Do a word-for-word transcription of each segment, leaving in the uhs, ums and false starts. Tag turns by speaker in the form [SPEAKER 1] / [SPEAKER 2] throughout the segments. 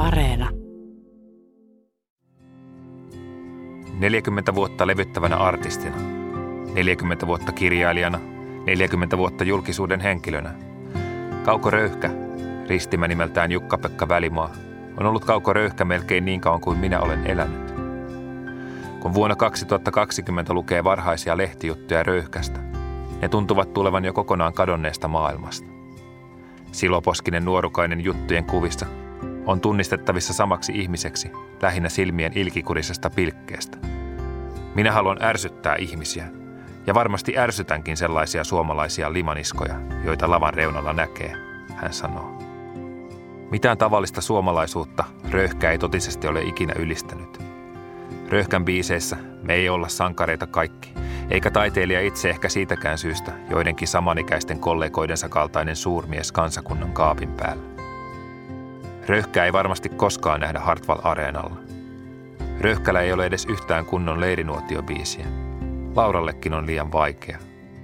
[SPEAKER 1] Areena.
[SPEAKER 2] neljäkymmentä vuotta levyttävänä artistina, neljäkymmentä vuotta kirjailijana, neljäkymmentä vuotta julkisuuden henkilönä. Kauko Röyhkä, ristimä nimeltään Jukka-Pekka Välimaa, on ollut Kauko Röyhkä melkein niin kauan kuin minä olen elänyt. Kun vuonna kaksituhattakaksikymmentä lukee varhaisia lehtijuttuja Röyhkästä, ne tuntuvat tulevan jo kokonaan kadonneesta maailmasta. Siloposkinen nuorukainen juttujen kuvissa on tunnistettavissa samaksi ihmiseksi, lähinnä silmien ilkikurisesta pilkkeestä. Minä haluan ärsyttää ihmisiä, ja varmasti ärsytänkin sellaisia suomalaisia limaniskoja, joita lavan reunalla näkee, hän sanoo. Mitään tavallista suomalaisuutta Röyhkä ei totisesti ole ikinä ylistänyt. Röyhkän biiseissä me ei olla sankareita kaikki, eikä taiteilija itse ehkä siitäkään syystä joidenkin samanikäisten kollegoidensa kaltainen suurmies kansakunnan kaapin päällä. Röyhkää ei varmasti koskaan nähdä Hartwall-areenalla. Röyhkällä ei ole edes yhtään kunnon leirinuotiobiisiä. Laurallekin on liian vaikea.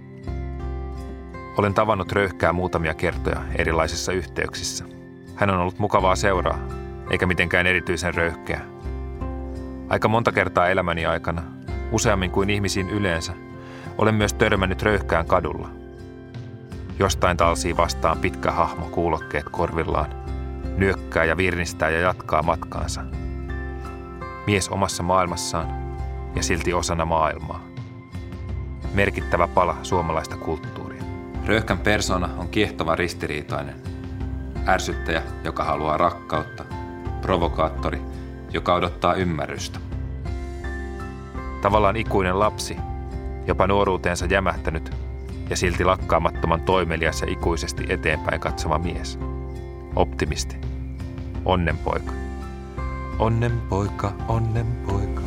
[SPEAKER 2] Olen tavannut Röyhkää muutamia kertoja erilaisissa yhteyksissä. Hän on ollut mukavaa seuraa, eikä mitenkään erityisen röyhkeä. Aika monta kertaa elämäni aikana, useammin kuin ihmisiin yleensä, olen myös törmännyt Röyhkään kadulla. Jostain talsii vastaan pitkä hahmo kuulokkeet korvillaan, nyökkää ja virnistää ja jatkaa matkaansa. Mies omassa maailmassaan ja silti osana maailmaa. Merkittävä pala suomalaista kulttuuria. Röyhkän persona on kiehtova ristiriitainen. Ärsyttäjä, joka haluaa rakkautta. Provokaattori, joka odottaa ymmärrystä. Tavallaan ikuinen lapsi, jopa nuoruuteensa jämähtänyt ja silti lakkaamattoman toimelias ja ikuisesti eteenpäin katsova mies. Optimisti. Onnenpoika. Onnenpoika, onnenpoika.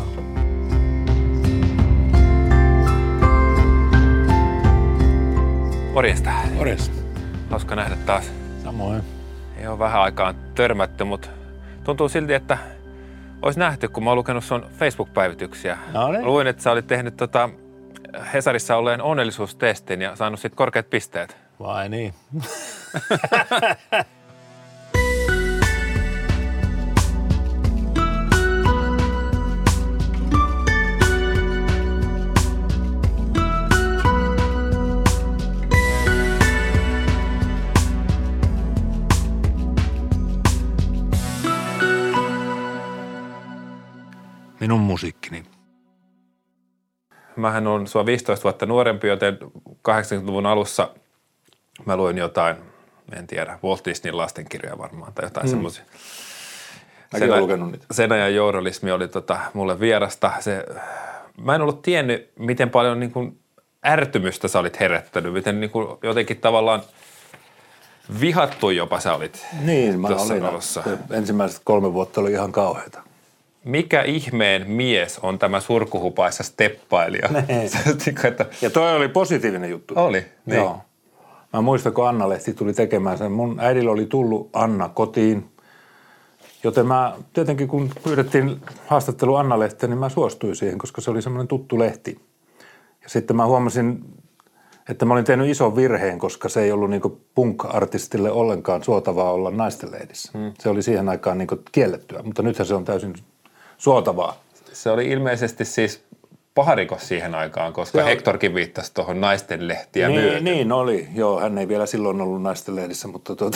[SPEAKER 2] Morjesta.
[SPEAKER 3] Morjesta.
[SPEAKER 2] Hauska nähdä taas.
[SPEAKER 3] Samoin.
[SPEAKER 2] Ei ole vähän aikaan törmätty, mutta tuntuu silti, että olisi nähty, kun mä oon lukenut sun Facebook-päivityksiä.
[SPEAKER 3] No niin.
[SPEAKER 2] Luin, että sä olit tehnyt tota Hesarissa olleen onnellisuustestin ja saanut siitä korkeat pisteet.
[SPEAKER 3] Vai niin? Minun musiikkini.
[SPEAKER 2] Mähän on sua viisitoista vuotta nuorempi, joten kahdeksankymmentäluvun alussa mä luin jotain, en tiedä, Walt Disneyn lastenkirjoja varmaan tai jotain mm. semmoisia.
[SPEAKER 3] Mäkin olen lukenut niitä.
[SPEAKER 2] Sen ajan journalismi oli tota, mulle vierasta. Se, mä en ollut tiennyt, miten paljon niin kuin ärtymystä sä olit herättänyt, miten niin kuin jotenkin tavallaan vihattu jopa sä olit.
[SPEAKER 3] Niin, mä olin.
[SPEAKER 2] Alussa.
[SPEAKER 3] Ensimmäiset kolme vuotta oli ihan kauheata.
[SPEAKER 2] Mikä ihmeen mies on tämä surkuhupaissa steppailija?
[SPEAKER 3] Ja toi oli positiivinen juttu.
[SPEAKER 2] Oli, niin.
[SPEAKER 3] Joo. Mä muistan, kun Anna-lehti tuli tekemään sen. Mun äidillä oli tullut Anna kotiin, joten mä tietenkin kun pyydettiin haastattelu Anna-lehteen, niin mä suostuin siihen, koska se oli semmoinen tuttu lehti. Ja sitten mä huomasin, että mä olin tehnyt ison virheen, koska se ei ollut niinku punk-artistille ollenkaan suotavaa olla naisten lehdissä. Hmm. Se oli siihen aikaan niinku kiellettyä, mutta nythän se on täysin suotavaa.
[SPEAKER 2] Se oli ilmeisesti siis paharikos siihen aikaan, koska Joo. Hectorkin viittasi tuohon naisten lehtiä
[SPEAKER 3] niin,
[SPEAKER 2] myöten.
[SPEAKER 3] Niin oli, joo, hän ei vielä silloin ollut naisten lehdissä, mutta tuota,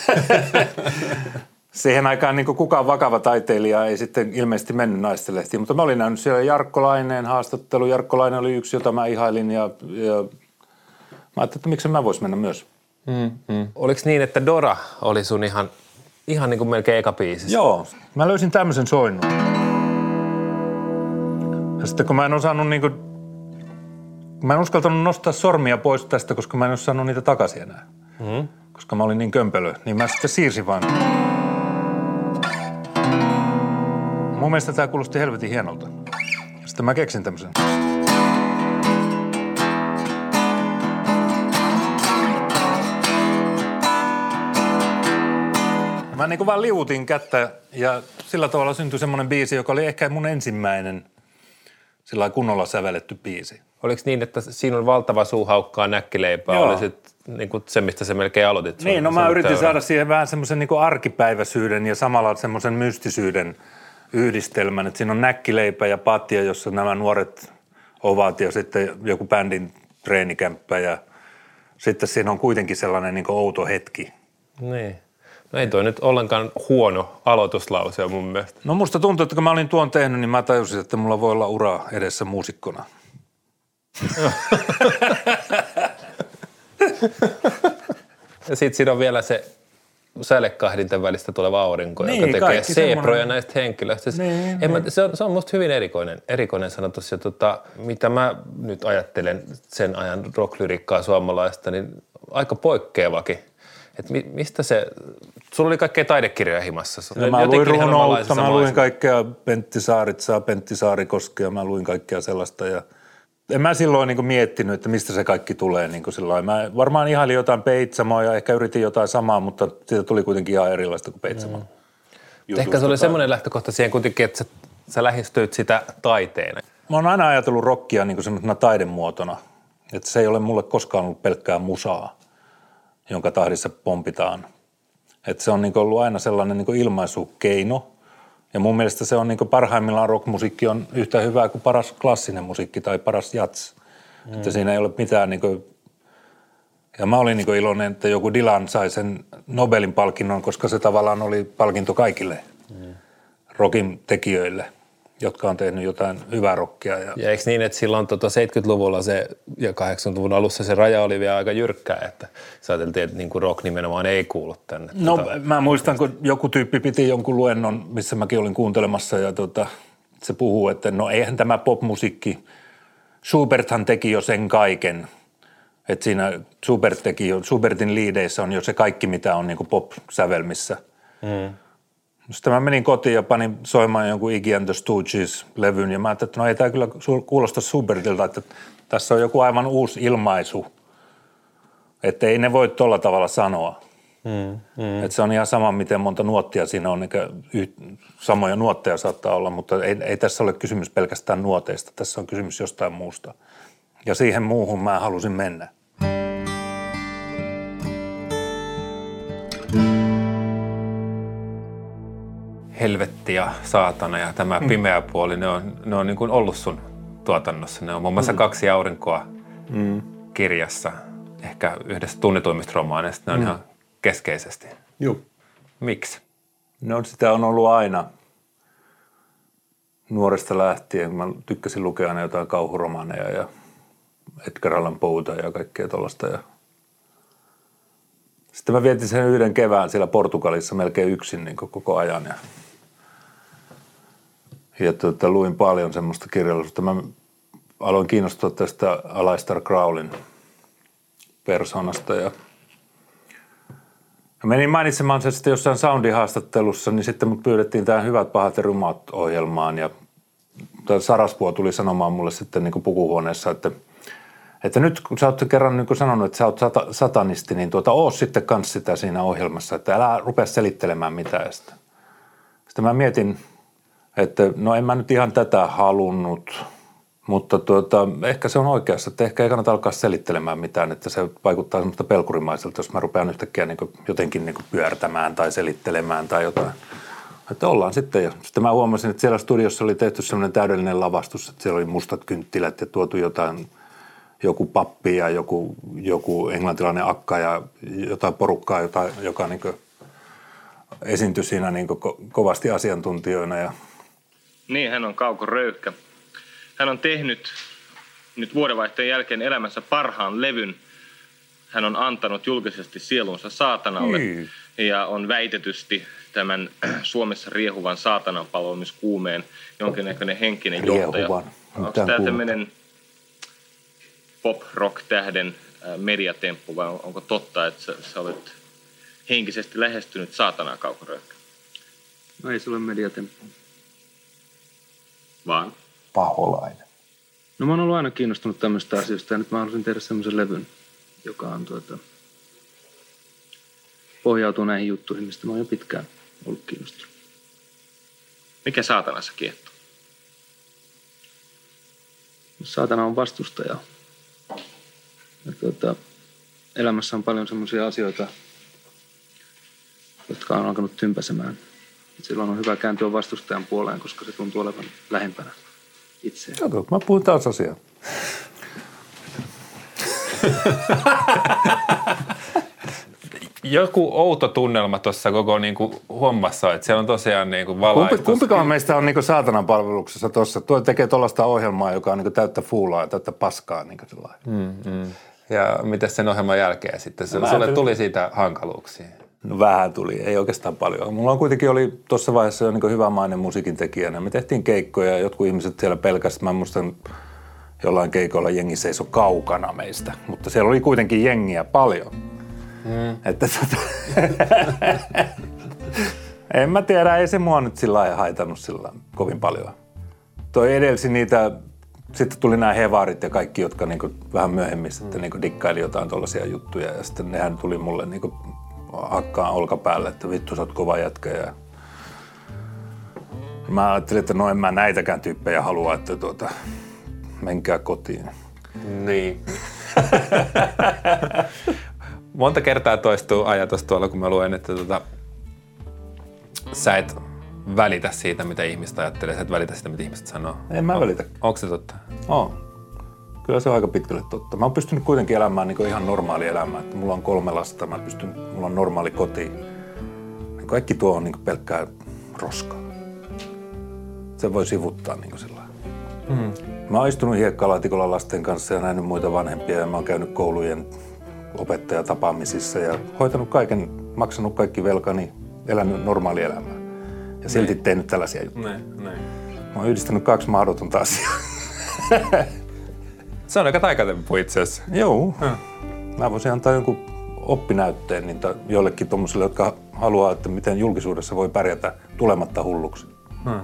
[SPEAKER 3] siihen aikaan niin kukaan vakava taiteilija ei sitten ilmeisesti mennyt naisten lehtiin, mutta mä olin nähnyt siellä Jarkko Laineen haastattelu. Jarkko Laine oli yksi, jota mä ihailin ja, ja mä ajattelin, että miksi mä vois mennä myös.
[SPEAKER 2] Mm, mm. Oliko niin, että Dora oli sun ihan, ihan niin kuin melkein eka biisissä?
[SPEAKER 3] Joo, mä löysin tämmöisen soinnun. Ja sitten kun mä en osannut niin kuin, mä en uskaltanut nostaa sormia pois tästä, koska mä en ole saanut niitä takaisin enää. Mm. Koska mä olin niin kömpelö, niin mä sitten siirsin vaan. Mun mielestä tää kuulosti helvetin hienolta. Ja sitten mä keksin tämmöisen. Mä niin kuin vaan liuutin kättä ja sillä tavalla syntyi semmoinen biisi, joka oli ehkä mun ensimmäinen sillä kunnolla sävelletty biisi.
[SPEAKER 2] Oliko niin, että siinä on valtava suu haukkaa näkkileipää?
[SPEAKER 3] Joo.
[SPEAKER 2] Olisit
[SPEAKER 1] niin kuin se, mistä sä melkein aloitit.
[SPEAKER 3] Niin, no mä yritin saada siihen vähän semmoisen niin kuin arkipäiväisyyden ja samalla semmoisen mystisyyden yhdistelmän, että siinä on näkkileipä ja patja, jossa nämä nuoret ovat ja sitten joku bändin treenikämppä ja sitten siinä on kuitenkin sellainen niin kuin outo hetki.
[SPEAKER 1] Niin. No ei toi nyt ollenkaan huono aloituslause mun mielestä.
[SPEAKER 3] No musta tuntuu, että kun mä olin tuon tehnyt, niin mä tajusin, että mulla voi olla ura edessä muusikkona.
[SPEAKER 1] Ja sitten siinä on vielä se sälekahdinten välistä tuleva aurinko,
[SPEAKER 3] niin,
[SPEAKER 1] joka tekee seeproja
[SPEAKER 3] semmoinen
[SPEAKER 1] näistä henkilöistä.
[SPEAKER 3] Niin,
[SPEAKER 1] niin. Mä,
[SPEAKER 3] niin.
[SPEAKER 1] se, on, se on musta hyvin erikoinen, erikoinen sanotus. Ja tota, mitä mä nyt ajattelen sen ajan rocklyriikkaa suomalaista, niin aika poikkeavakin. Että mi, mistä se, sulla oli kaikkea taidekirjoja himassa.
[SPEAKER 3] Ja mä luin runoutta, mä luin kaikkea Pentti Saaritsaa, Pentti Saarikoskea, mä luin kaikkea sellaista ja en mä silloin niin kuin miettinyt, että mistä se kaikki tulee niin kuin silloin. Mä varmaan ihailin jotain Peitsamoa ja ehkä yritin jotain samaa, mutta siitä tuli kuitenkin ihan erilaista kuin Peitsamo.
[SPEAKER 1] Mm. Ehkä se oli semmoinen lähtökohta siihen kuitenkin, että sä, sä lähestyit sitä taiteena.
[SPEAKER 3] Mä oon aina ajatellut rockia niin kuin semmoisena taidemuotona, että se ei ole mulle koskaan ollut pelkkää musaa, jonka tahdissa pompitaan. Että se on niin kuin ollut aina sellainen niin kuin ilmaisukeino. Ja mun mielestä se on niin kuin parhaimmillaan rockmusiikki on yhtä hyvää kuin paras klassinen musiikki tai paras jats. Mm. Että siinä ei ole mitään niin kuin, ja mä olin niin kuin iloinen, että joku Dylan sai sen Nobelin palkinnon, koska se tavallaan oli palkinto kaikille mm. rockin tekijöille, jotka on tehnyt jotain hyvää rockia. Ja,
[SPEAKER 1] ja eikö niin, että silloin tota seitsemänkymmentäluvulla se ja kahdeksankymmentäluvun alussa se raja oli vielä aika jyrkkää, että sä ajateltiin, että niin kuin rock nimenomaan ei kuulu tänne.
[SPEAKER 3] No
[SPEAKER 1] tota...
[SPEAKER 3] mä muistan, kun joku tyyppi piti jonkun luennon, missä mäkin olin kuuntelemassa ja tota, se puhuu, että no eihän tämä popmusiikki, Schuberthan teki jo sen kaiken, että siinä Schubert teki jo, Schubertin liideissä on jo se kaikki, mitä on niin kuin pop-sävelmissä. Mm. Sitten mä menin kotiin ja panin soimaan jonkun Iggy and the Stooges-levyn ja mä ajattelin, että no ei tämä kyllä kuulosta Schubertilta, että tässä on joku aivan uusi ilmaisu, että ei ne voi tuolla tavalla sanoa. Mm, mm. Että se on ihan sama, miten monta nuottia siinä on, eikä yh, samoja nuotteja saattaa olla, mutta ei, ei tässä ole kysymys pelkästään nuoteista, tässä on kysymys jostain muusta. Ja siihen muuhun mä halusin mennä.
[SPEAKER 1] Helvetti ja saatana ja tämä mm. pimeä puoli, ne on, ne on niin kuin ollut sun tuotannossa. Ne on muun muassa mm. Kaksi aurinkoa mm. kirjassa, ehkä yhdessä tunnetuimmista romaaneista, ne on mm. ihan keskeisesti.
[SPEAKER 3] Joo.
[SPEAKER 1] Miksi?
[SPEAKER 3] No sitä on ollut aina nuoresta lähtien. Mä tykkäsin lukea aina jotain kauhuromaaneja ja Edgar Allan Poeta ja kaikkea tollaista. Ja sitten mä vietin sen yhden kevään siellä Portugalissa melkein yksin niin koko ajan. Ja, ja tuota, luin paljon semmoista kirjallisuutta. Mä aloin kiinnostua tästä Aleister Crowleyn persoonasta. Ja menin mainitsemaan se sitten jossain Soundi-haastattelussa, niin sitten mut pyydettiin tähän Hyvät, pahat ja rumat -ohjelmaan. Ja Sarasvuo tuli sanomaan mulle sitten niin kuin pukuhuoneessa, että Että nyt kun sä oot kerran niin kun sanonut, että sä oot sata, satanisti, niin tuota, oo sitten kans sitä siinä ohjelmassa, että älä rupea selittelemään mitään sitä. Sitten mä mietin, että no en mä nyt ihan tätä halunnut, mutta tuota, ehkä se on oikeassa, että ehkä ei kannata alkaa selittelemään mitään, että se vaikuttaa semmoista pelkurimaiselta, jos mä rupean yhtäkkiä niin kuin jotenkin niin kuin pyörtämään tai selittelemään tai jotain. Että ollaan sitten. Ja sitten mä huomasin, että siellä studiossa oli tehty semmoinen täydellinen lavastus, että siellä oli mustat kynttilät ja tuotu jotain, joku pappi ja joku, joku englantilainen akka ja jotain porukkaa, jota, joka niin kuin esiintyi siinä niin kuin ko- kovasti asiantuntijoina. Ja
[SPEAKER 4] niin, hän on Kauko Röyhkä. Hän on tehnyt nyt vuodenvaihteen jälkeen elämänsä parhaan levyn. Hän on antanut julkisesti sielunsa saatanalle mm. ja on väitetysti tämän Suomessa riehuvan saatananpalvomiskuumeen jonkinnäköinen henkinen johtaja. Onko tämä tämmöinen pop-rock-tähden mediatemppu vai onko totta, että sä, sä olet henkisesti lähestynyt saatanaa, Kauko Röyhkä?
[SPEAKER 5] No ei se ole mediatemppu. Vaan?
[SPEAKER 3] Paholainen.
[SPEAKER 5] No mä oon ollut aina kiinnostunut tämmöistä asioista ja nyt mä haluaisin tehdä semmoisen levyn, joka on tuota, pohjautuu näihin juttuihin, mistä mä oon jo pitkään ollut kiinnostunut.
[SPEAKER 4] Mikä saatanassa kiehtoo?
[SPEAKER 5] Saatana on vastustaja. Ja tuota, elämässä on paljon semmoisia asioita, jotka on alkanut tympäsemään. Silloin on hyvä kääntyä vastustajan puoleen, koska se tuntuu olevan lähempänä itseään.
[SPEAKER 3] Kato, mä puhun taas asiaa.
[SPEAKER 1] Joku outo tunnelma tuossa koko niinku hommassa, että siellä on tosiaan niinku valaistus.
[SPEAKER 3] Kumpi, kumpikaan meistä on niinku saatanan palveluksessa tuossa. Tuo tekee tuollaista ohjelmaa, joka on niinku täyttä fuulaa ja täyttä paskaa. Niinku
[SPEAKER 1] mm, mm. Ja miten sen ohjelman jälkeen sitten? Sulle
[SPEAKER 3] ajattelin...
[SPEAKER 1] tuli siitä hankaluuksia?
[SPEAKER 3] No vähän tuli, ei oikeastaan paljon. Mulla on kuitenkin oli tuossa vaiheessa jo niinku hyvä maine musiikin tekijänä. Me tehtiin keikkoja ja jotkut ihmiset siellä pelkästään. Mä muistan jollain keikoilla jengi seisoi kaukana meistä, mutta siellä oli kuitenkin jengiä paljon. Mm. Että tota, en mä tiedä, ei se mua nyt sillä lailla haitannut sillä kovin paljon. Toi edelsi niitä, sitten tuli nämä hevarit ja kaikki, jotka niinku vähän myöhemmin sitten niinku dikkaili jotain tollaisia juttuja ja sitten nehän tuli mulle niinku hakkaan olkapäälle, että vittu sä oot kova jätkä ja mä ajattelin, että no en mä näitäkään tyyppejä halua, että tuota, menkää kotiin.
[SPEAKER 1] Niin. Monta kertaa toistuu ajatus tuolla, kun mä luen, että tota, sä et välitä siitä, mitä ihmiset ajattelee, sä et välitä siitä, mitä ihmiset sanoo.
[SPEAKER 3] En mä välitä.
[SPEAKER 1] Onko se totta?
[SPEAKER 3] On. Kyllä se on aika pitkälle totta. Mä oon pystynyt kuitenkin elämään niin ihan normaali elämää. Että mulla on kolme lasta, mä pystyn, mulla on normaali koti. Kaikki tuo on niin pelkkää roskaa. Se voi sivuttaa niin sillä lailla. Mm. Mä oon istunut hiekkalaatikolla lasten kanssa ja nähnyt muita vanhempia ja mä oon käynyt koulujen opettajatapaamisissa ja hoitanut kaiken, maksanut kaikki velkani, elänyt normaali elämää. Ja silti ne. Tehnyt tällaisia juttuja. Ne, ne. Mä oon yhdistänyt kaksi mahdotonta asiaa.
[SPEAKER 1] Se on aika taikatemppu itse asiassa.
[SPEAKER 3] Joo. Hmm. Mä voisin antaa jonkun oppinäytteen niin jollekin tommosille, jotka haluaa, että miten julkisuudessa voi pärjätä tulematta hulluksi. Hmm.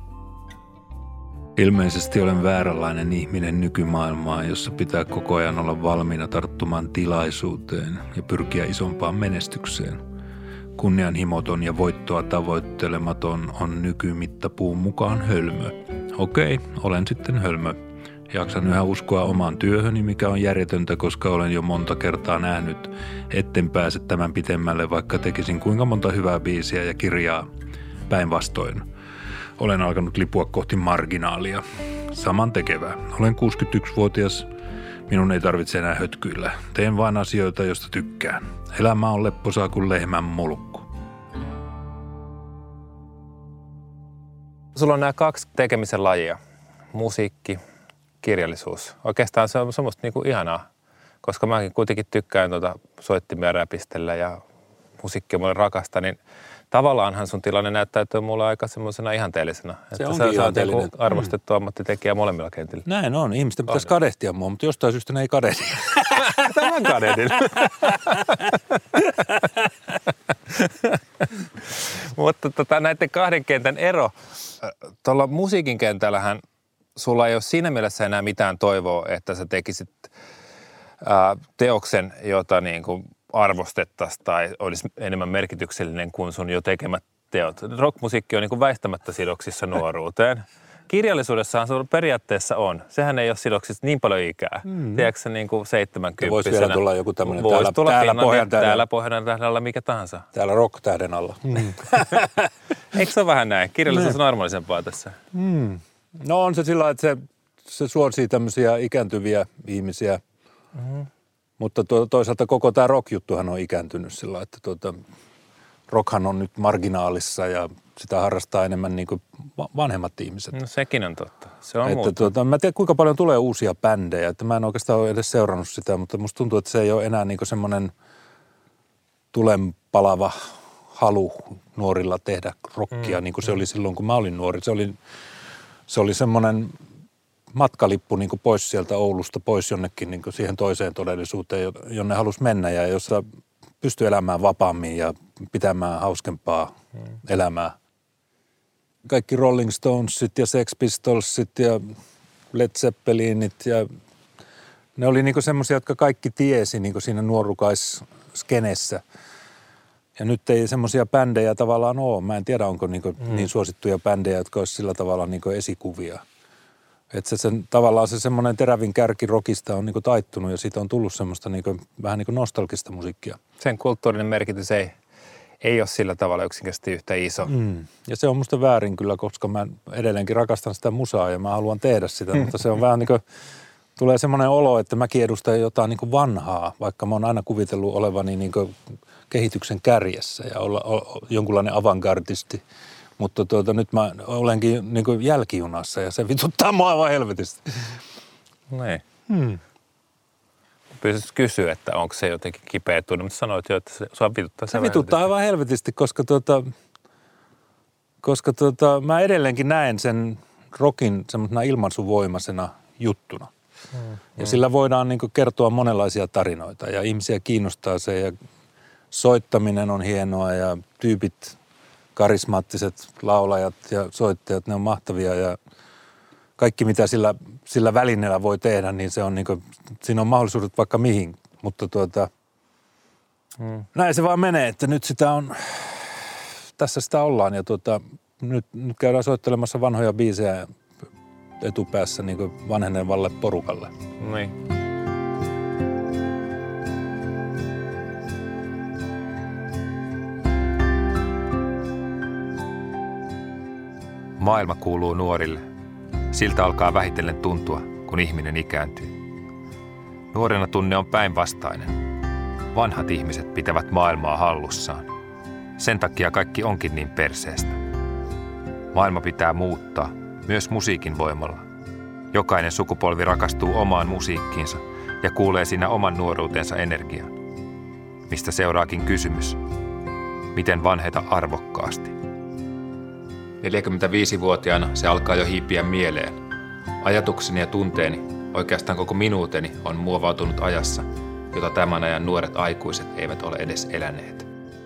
[SPEAKER 6] Ilmeisesti olen vääränlainen ihminen nykymaailmaan, jossa pitää koko ajan olla valmiina tarttumaan tilaisuuteen ja pyrkiä isompaan menestykseen. Kunnianhimoton ja voittoa tavoittelematon on nykymittapuun mukaan hölmö. Okei, olen sitten hölmö. Jaksan yhä uskoa omaan työhöni, mikä on järjetöntä, koska olen jo monta kertaa nähnyt, etten pääse tämän pitemmälle, vaikka tekisin kuinka monta hyvää biisiä ja kirjaa. Päinvastoin. Olen alkanut lipua kohti marginaalia. Saman tekevää. Olen kuusikymmentäyksivuotias. Minun ei tarvitse enää hötkyillä. Teen vain asioita, joista tykkään. Elämä on lepposaa kuin lehmän mulkku.
[SPEAKER 1] Sulla on nämä kaksi tekemisen lajia. Musiikki, kirjallisuus. Oikeastaan se on semmoista niinku ihanaa, koska mäkin kuitenkin tykkään tuota soittimia räpistellä ja musiikkia mulle rakasta, niin tavallaanhan sun tilanne näyttäytyy mulle aika semmoisena ihanteellisena.
[SPEAKER 3] Se
[SPEAKER 1] että
[SPEAKER 3] onkin
[SPEAKER 1] sä
[SPEAKER 3] ihanteellinen.
[SPEAKER 1] Oot arvostettu ammattitekijä molemmilla kentillä.
[SPEAKER 3] Näin on. Ihmisten pitäisi kadehtia mua, mutta jostain syystä ne ei kadehdi.
[SPEAKER 1] Tämän kadehdin. Mutta tota, näiden kahden kentän ero. Tuolla musiikin kentällähän sulla ei ole siinä mielessä enää mitään toivoa, että sä tekisit ää, teoksen, jota niin kuin arvostettaisiin tai olisi enemmän merkityksellinen kuin sun jo tekemät teot. Rockmusiikki on niin kuin väistämättä sidoksissa nuoruuteen. Kirjallisuudessahan se periaatteessa on. Sehän ei ole sidoksissa niin paljon ikää. Mm. Tiedätkö niin kuin seitsemänkymppisenä?
[SPEAKER 3] Voisi vielä tulla joku tämmöinen
[SPEAKER 1] Voisi
[SPEAKER 3] täällä,
[SPEAKER 1] tulla
[SPEAKER 3] täällä Pohjan
[SPEAKER 1] täällä, täällä Pohjan tähdellä mikä tahansa.
[SPEAKER 3] Täällä rock-tähden alla. Mm.
[SPEAKER 1] Eikö se ole vähän näin? Kirjallisuus on armollisempaa tässä.
[SPEAKER 3] Mm. No on se sillä lailla, että se, se suosii tämmöisiä ikääntyviä ihmisiä. Mm-hmm. Mutta to, toisaalta koko tämä rock-juttuhan on ikääntynyt sillä lailla, että tuota, rockhan on nyt marginaalissa ja sitä harrastaa enemmän niin kuin vanhemmat ihmiset.
[SPEAKER 1] No sekin on totta. Se on
[SPEAKER 3] että tuota, mä en tiedä, kuinka paljon tulee uusia bändejä. Että mä en oikeastaan ole edes seurannut sitä, mutta musta tuntuu, että se ei ole enää niin kuin semmoinen tulenpalava halu nuorilla tehdä rockia, mm. niin kuin se oli silloin, kun mä olin nuori. Se oli, se oli semmoinen matkalippu niin kuin pois sieltä Oulusta, pois jonnekin niin kuin siihen toiseen todellisuuteen, jonne halusi mennä ja jossa pystyi elämään vapaammin ja pitämään hauskempaa mm. elämää. Kaikki Rolling Stonesit ja Sex Pistolsit ja Led Zeppelinit ja ne oli niin kuin semmoisia, jotka kaikki tiesi niin kuin siinä nuorukaisskenessä. Ja nyt ei semmoisia bändejä tavallaan ole. Mä en tiedä, onko niin, kuin mm. niin suosittuja bändejä, jotka olisi sillä tavalla niin kuin esikuvia. Että se sen, tavallaan se semmoinen terävin kärki rockista on niinku taittunut ja siitä on tullut semmoista niinku, vähän niin kuin nostalgista musiikkia.
[SPEAKER 2] Sen kulttuurinen merkitys ei, ei ole sillä tavalla yksinkertaisesti yhtä iso.
[SPEAKER 3] Mm. Ja se on musta väärin kyllä, koska mä edelleenkin rakastan sitä musaa ja mä haluan tehdä sitä, mutta se on vähän niin kuin, tulee semmoinen olo, että mäkin edustan jotain niin kuin vanhaa, vaikka mä oon aina kuvitellut olevani niin kuin kehityksen kärjessä ja olla o, jonkunlainen avantgardisti. Mutta tuota, nyt mä olenkin niin kuin jälkijunassa ja se vituttaa mua aivan helvetistä.
[SPEAKER 2] Niin.
[SPEAKER 3] Hmm.
[SPEAKER 2] Pyysit kysyä, että onko se jotenkin kipeä tunne, mutta sanoit jo, että se sua vituttaa.
[SPEAKER 3] Se vituttaa aivan helvetisti, koska, tuota, koska tuota, mä edelleenkin näen sen rockin semmoisena ilmaisuvoimaisena juttuna. Hmm. Ja sillä voidaan niin kuin kertoa monenlaisia tarinoita ja ihmisiä kiinnostaa se ja soittaminen on hienoa ja tyypit, karismaattiset laulajat ja soittajat, ne on mahtavia ja kaikki mitä sillä, sillä välineellä voi tehdä, niin se on niin kuin, siinä on mahdollisuudet vaikka mihin, mutta tuota, hmm. näin se vaan menee, että nyt sitä on, tässä sitä ollaan ja tuota, nyt, nyt käydään soittelemassa vanhoja biisejä etupäässä niin kuin vanhenevalle porukalle.
[SPEAKER 2] Niin. Maailma kuuluu nuorille. Siltä alkaa vähitellen tuntua, kun ihminen ikääntyy. Nuorena tunne on päinvastainen. Vanhat ihmiset pitävät maailmaa hallussaan. Sen takia kaikki onkin niin perseestä. Maailma pitää muuttaa, myös musiikin voimalla. Jokainen sukupolvi rakastuu omaan musiikkiinsa ja kuulee siinä oman nuoruutensa energian. Mistä seuraakin kysymys. Miten vanheta arvokkaasti?
[SPEAKER 1] neljäkymmentäviisivuotiaana se alkaa jo hiipiä mieleen. Ajatukseni ja tunteeni, oikeastaan koko minuuteni, on muovautunut ajassa, jota tämän ajan nuoret aikuiset eivät ole edes eläneet.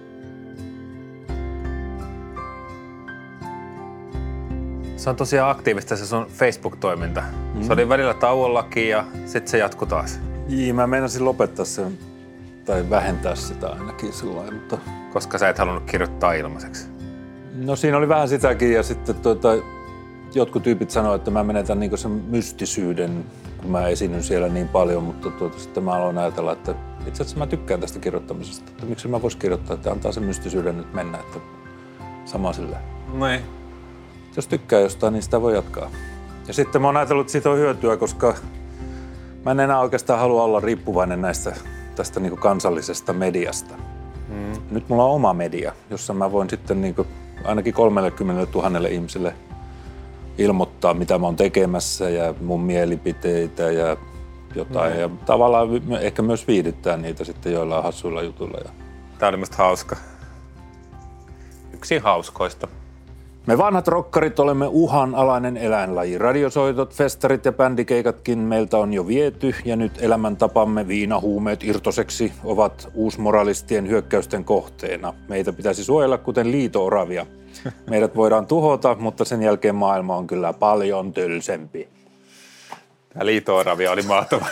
[SPEAKER 2] Se on tosiaan aktiivista se sun Facebook-toiminta. Mm. Se oli välillä tauollakin ja sitten se jatkuu taas.
[SPEAKER 3] Jii, mä meinasin lopettaa sen tai vähentää sitä ainakin sillain, mutta...
[SPEAKER 2] Koska sä et halunnut kirjoittaa ilmaiseksi.
[SPEAKER 3] No siinä oli vähän sitäkin ja sitten tuota, jotkut tyypit sanoivat, että mä menetän niinku sen mystisyyden, kun mä esiinnyn siellä niin paljon, mutta tuota, sitten mä aloin ajatella, että itse asiassa mä tykkään tästä kirjoittamisesta, että miksi mä vois kirjoittaa, että antaa sen mystisyyden nyt mennä, että sama sillä.
[SPEAKER 2] Noin.
[SPEAKER 3] Jos tykkää jostain, niin sitä voi jatkaa. Ja sitten mä oon ajatellut, että siitä on hyötyä, koska mä en enää oikeastaan halua olla riippuvainen näistä, tästä niinku kansallisesta mediasta. Mm. Nyt mulla on oma media, jossa mä voin sitten niinku ainakin kolmekymmentätuhatta ihmiselle ilmoittaa, mitä mä oon tekemässä ja mun mielipiteitä ja jotain. Mm. Ja tavallaan ehkä myös viihdyttää niitä sitten joillain hassuilla jutuilla.
[SPEAKER 2] Tää oli musta hauska. Yksi hauskoista.
[SPEAKER 3] Me vanhat rokkarit olemme uhanalainen eläinlaji. Radiosoitot, festarit ja bändikeikatkin meiltä on jo viety ja nyt elämäntapamme viinahuumeet irtoseksi ovat uusmoralistien hyökkäysten kohteena. Meitä pitäisi suojella kuten liito-oravia. Meidät voidaan tuhota, mutta sen jälkeen maailma on kyllä paljon tylsempi.
[SPEAKER 2] Tämä liito-oravia oli mahtava.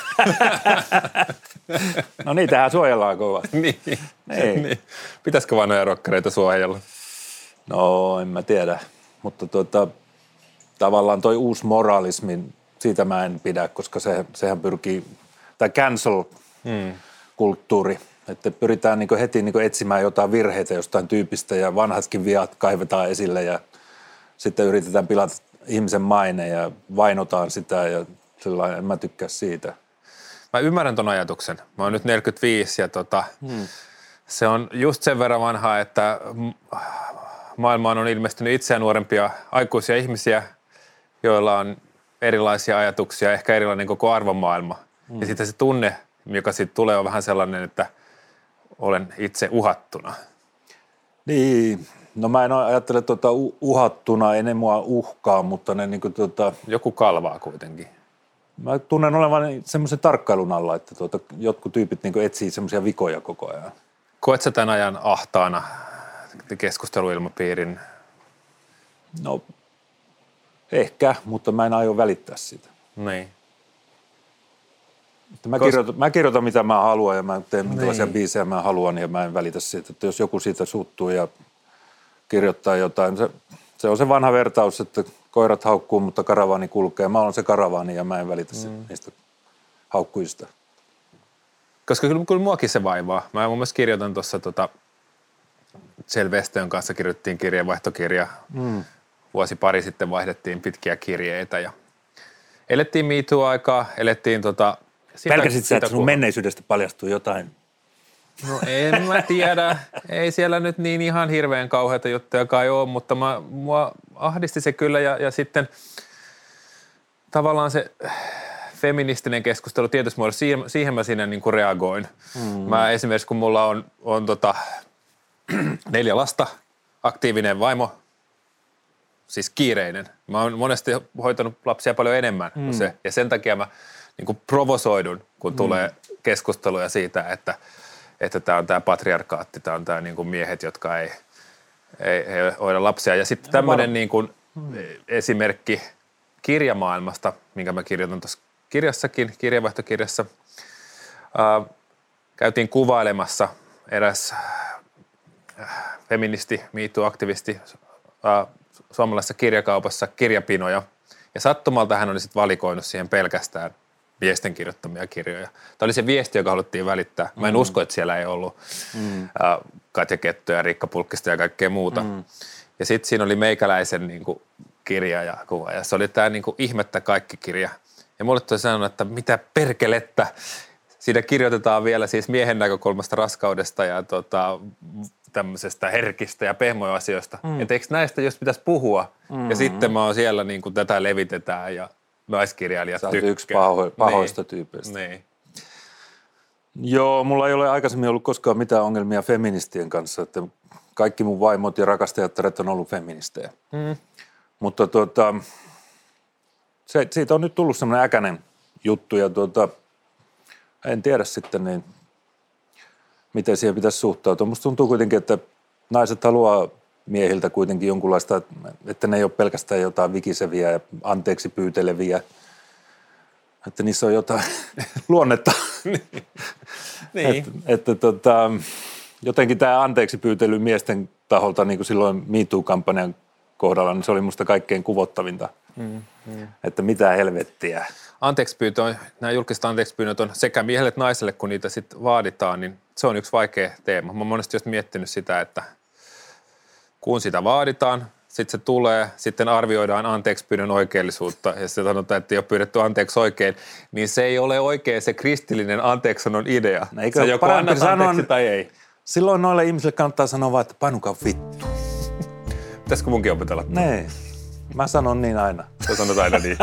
[SPEAKER 3] No niitähän suojellaan kovasti.
[SPEAKER 2] niin. niin. Pitäisikö vanhoja rokkareita suojella?
[SPEAKER 3] No, en mä tiedä, mutta tuota, tavallaan toi uusi moralismi, siitä mä en pidä, koska se, sehän pyrkii, tai cancel-kulttuuri, hmm. että pyritään niinku heti niinku etsimään jotain virheitä jostain tyypistä ja vanhatkin viat kaivetaan esille ja sitten yritetään pilata ihmisen maine ja vainotaan sitä ja sellainen, en mä tykkää siitä.
[SPEAKER 2] Mä ymmärrän ton ajatuksen. Mä oon nyt neljäkymmentäviisi ja tota, hmm. se on just sen verran vanhaa, että maailmaan on ilmestynyt itseään nuorempia aikuisia ihmisiä, joilla on erilaisia ajatuksia, ehkä erilainen koko arvomaailma. Mm. Ja sitten se tunne, joka siitä tulee, on vähän sellainen, että olen itse uhattuna.
[SPEAKER 3] Niin, no mä en ajattele tuota uhattuna, ei ne mua uhkaa, mutta ne niinku tuota...
[SPEAKER 2] Joku kalvaa kuitenkin.
[SPEAKER 3] Mä tunnen olevan semmoisen tarkkailun alla, että tuota, jotkut tyypit niinku etsii semmoisia vikoja koko ajan.
[SPEAKER 2] Koet sä tämän ajan ahtaana keskusteluilmapiirin?
[SPEAKER 3] No, ehkä, mutta mä en aio välittää siitä.
[SPEAKER 2] Niin.
[SPEAKER 3] Mä, Kos... kirjoitan, mä kirjoitan mitä mä haluan ja mä teen minkälaisia niin. biisejä mä haluan ja mä en välitä siitä. Että jos joku siitä suuttuu ja kirjoittaa jotain, se, Se on se vanha vertaus, että koirat haukkuu, mutta karavaani kulkee. Mä olen se karavaani ja mä en välitä mm. niistä haukkuista.
[SPEAKER 1] Koska kyllä, kyllä muakin se vaivaa. Mä mun mielestä kirjoitan tuossa tota, Selvestön kanssa kirjoittiin kirjeenvaihtokirja. Mm. Vuosi pari sitten vaihdettiin pitkiä kirjeitä ja elettiin Me Too-aikaa, elettiin tota...
[SPEAKER 3] Pelkäsit sä, että sun menneisyydestä paljastuu jotain?
[SPEAKER 1] No en mä tiedä. Ei siellä nyt niin ihan hirveän kauheita juttuja kai ole, mutta mä, mua ahdisti se kyllä ja, ja sitten tavallaan se feministinen keskustelu tietysti muodossa, siihen, siihen mä siinä niin kuin reagoin. Mm. Mä esimerkiksi kun mulla on, on tota, neljä lasta, aktiivinen vaimo, siis kiireinen. Mä oon monesti hoitanut lapsia paljon enemmän mm. kuin se ja sen takia mä niin kuin provosoidun, kun mm. tulee keskusteluja siitä, että että tämä on tämä patriarkaatti, tämä on tämä niin kuin miehet, jotka ei, ei, ei hoida lapsia. Ja sitten tämmöinen niin kuin esimerkki kirjamaailmasta, minkä mä kirjoitan tuossa kirjassakin, kirjeenvaihtokirjassa. Ää, käytiin kuvailemassa eräs feministi, Me Too-aktivisti ää, suomalaisessa kirjakaupassa kirjapinoja. Ja sattumalta hän oli sitten valikoinut siihen pelkästään miesten kirjoittamia kirjoja. Tämä oli se viesti, joka haluttiin välittää. Mä en mm. usko, että siellä ei ollut mm. äh, Katja Kettoja, Riikka Pulkkista ja kaikkea muuta. Mm. Ja sitten siinä oli meikäläisen niin kuin, kirja ja kuva. Ja se oli tämä niin kuin, ihmettä kaikki kirja. Ja mulle toi sanonut, että mitä perkelettä. Siinä kirjoitetaan vielä siis miehen näkökulmasta raskaudesta ja tota, tämmöisestä herkistä ja pehmoasioista. Mm. Että eikö näistä just pitäisi puhua? Mm-hmm. Ja sitten mä oon siellä niin kuin, tätä levitetään ja naiskirjailijat tykkää. Sä oot
[SPEAKER 3] yksi paho, pahoista niin. tyypeistä.
[SPEAKER 1] Niin.
[SPEAKER 3] Joo, mulla ei ole aikaisemmin ollut koskaan mitään ongelmia feministien kanssa, että kaikki mun vaimot ja rakastajattaret on ollut feministejä. Mm. Mutta tuota, se, siitä on nyt tullut semmoinen äkäinen juttu ja tuota, en tiedä sitten niin, miten siihen pitäisi suhtautua. Musta tuntuu kuitenkin, että naiset haluaa miehiltä kuitenkin jonkunlaista, että ne ei ole pelkästään jotain vikiseviä ja anteeksi pyyteleviä, että niissä on jotain luonnetta.
[SPEAKER 1] niin.
[SPEAKER 3] että, että tota, jotenkin tämä anteeksi pyytely miesten taholta, niin kuin silloin Me Too-kampanjan kohdalla, niin se oli musta kaikkein kuvottavinta. Mm, mm. Että mitä helvettiä.
[SPEAKER 1] Anteeksipyyntö on, nämä julkiset anteeksipyynnöt on sekä miehelle että naiselle, kun niitä sitten vaaditaan, niin se on yksi vaikea teema. Mä oon monesti just miettinyt sitä, että kun sitä vaaditaan, sitten se tulee, sitten arvioidaan anteeksipyynnön oikeellisuutta ja sitten sanotaan, että ei ole pyydetty anteeksi oikein, niin se ei ole oikein se kristillinen anteeksannon idea.
[SPEAKER 3] Eikö
[SPEAKER 1] se joko annat
[SPEAKER 3] sanoa,
[SPEAKER 1] anteeksi tai ei.
[SPEAKER 3] Silloin noille ihmisille kannattaa sanoa vaan, että painukaa vittu.
[SPEAKER 1] Pitäisikö munkin opetella?
[SPEAKER 3] Nee, mä sanon niin aina.
[SPEAKER 1] Sä sanot aina niin.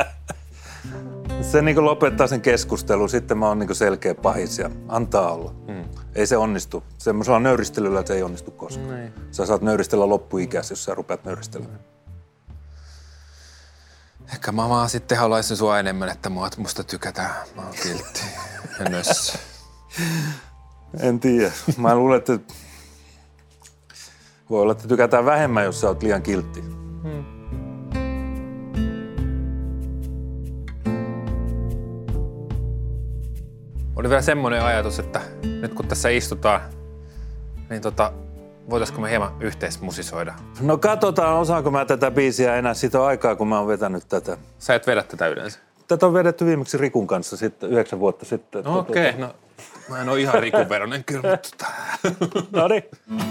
[SPEAKER 3] Se niin lopettaa sen keskustelun, sitten mä oon niin selkeä pahis ja antaa olla. Mm. Ei se onnistu. Semmoisella nöyristelyllä se ei onnistu koskaan. Näin. Sä saat nöyristellä loppuikässä, jos sä rupeat nöyristelemään.
[SPEAKER 1] Ehkä mä vaan sitten haluaisin sua enemmän, että musta tykätään. Mä oon kiltti. Nössä.
[SPEAKER 3] En tiedä. Mä luulen, että voi olla, että tykätään vähemmän, jos sä oot liian kiltti. Hmm. Oli vielä semmoinen ajatus, että nyt kun tässä istutaan, niin tota, voitaisko me hieman yhteismusisoida? No katsotaan, osaanko mä tätä biisiä enää. Siitä on aikaa, kun mä oon vetänyt tätä.
[SPEAKER 1] Sä et vedä tätä yleensä?
[SPEAKER 3] Tätä on vedetty viimeksi Rikun kanssa sitten, yhdeksän vuotta sitten.
[SPEAKER 1] No okei, okay, no mä en oo ihan Rikun veronen kyllä, mutta...
[SPEAKER 3] Noniin.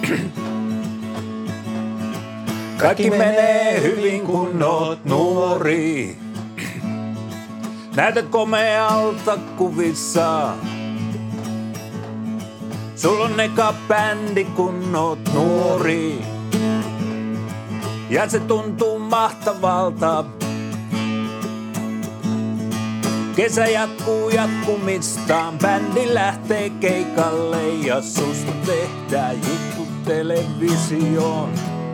[SPEAKER 3] Kaikki menee hyvin, kun oot nuori. Näytät komealta kuvissa. Sulla on eka bändi, kun oot nuori. Ja se tuntuu mahtavalta. Kesä jatkuu jatkumistaan. Bändi lähtee keikalle ja susta tehdään juttu televisioon.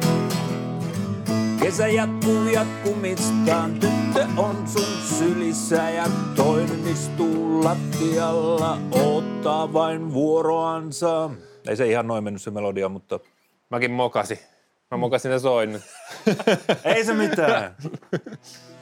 [SPEAKER 3] Kesä jatkuu jatkumistaan, tyttö on sun sylissä ja toinen istuu lattialla, odottaa vain vuoroansa. Ei se ihan noin mennyt se melodia, mutta...
[SPEAKER 1] Mäkin mokasin. Mä mokasin ja soin nyt.
[SPEAKER 3] Ei se mitään.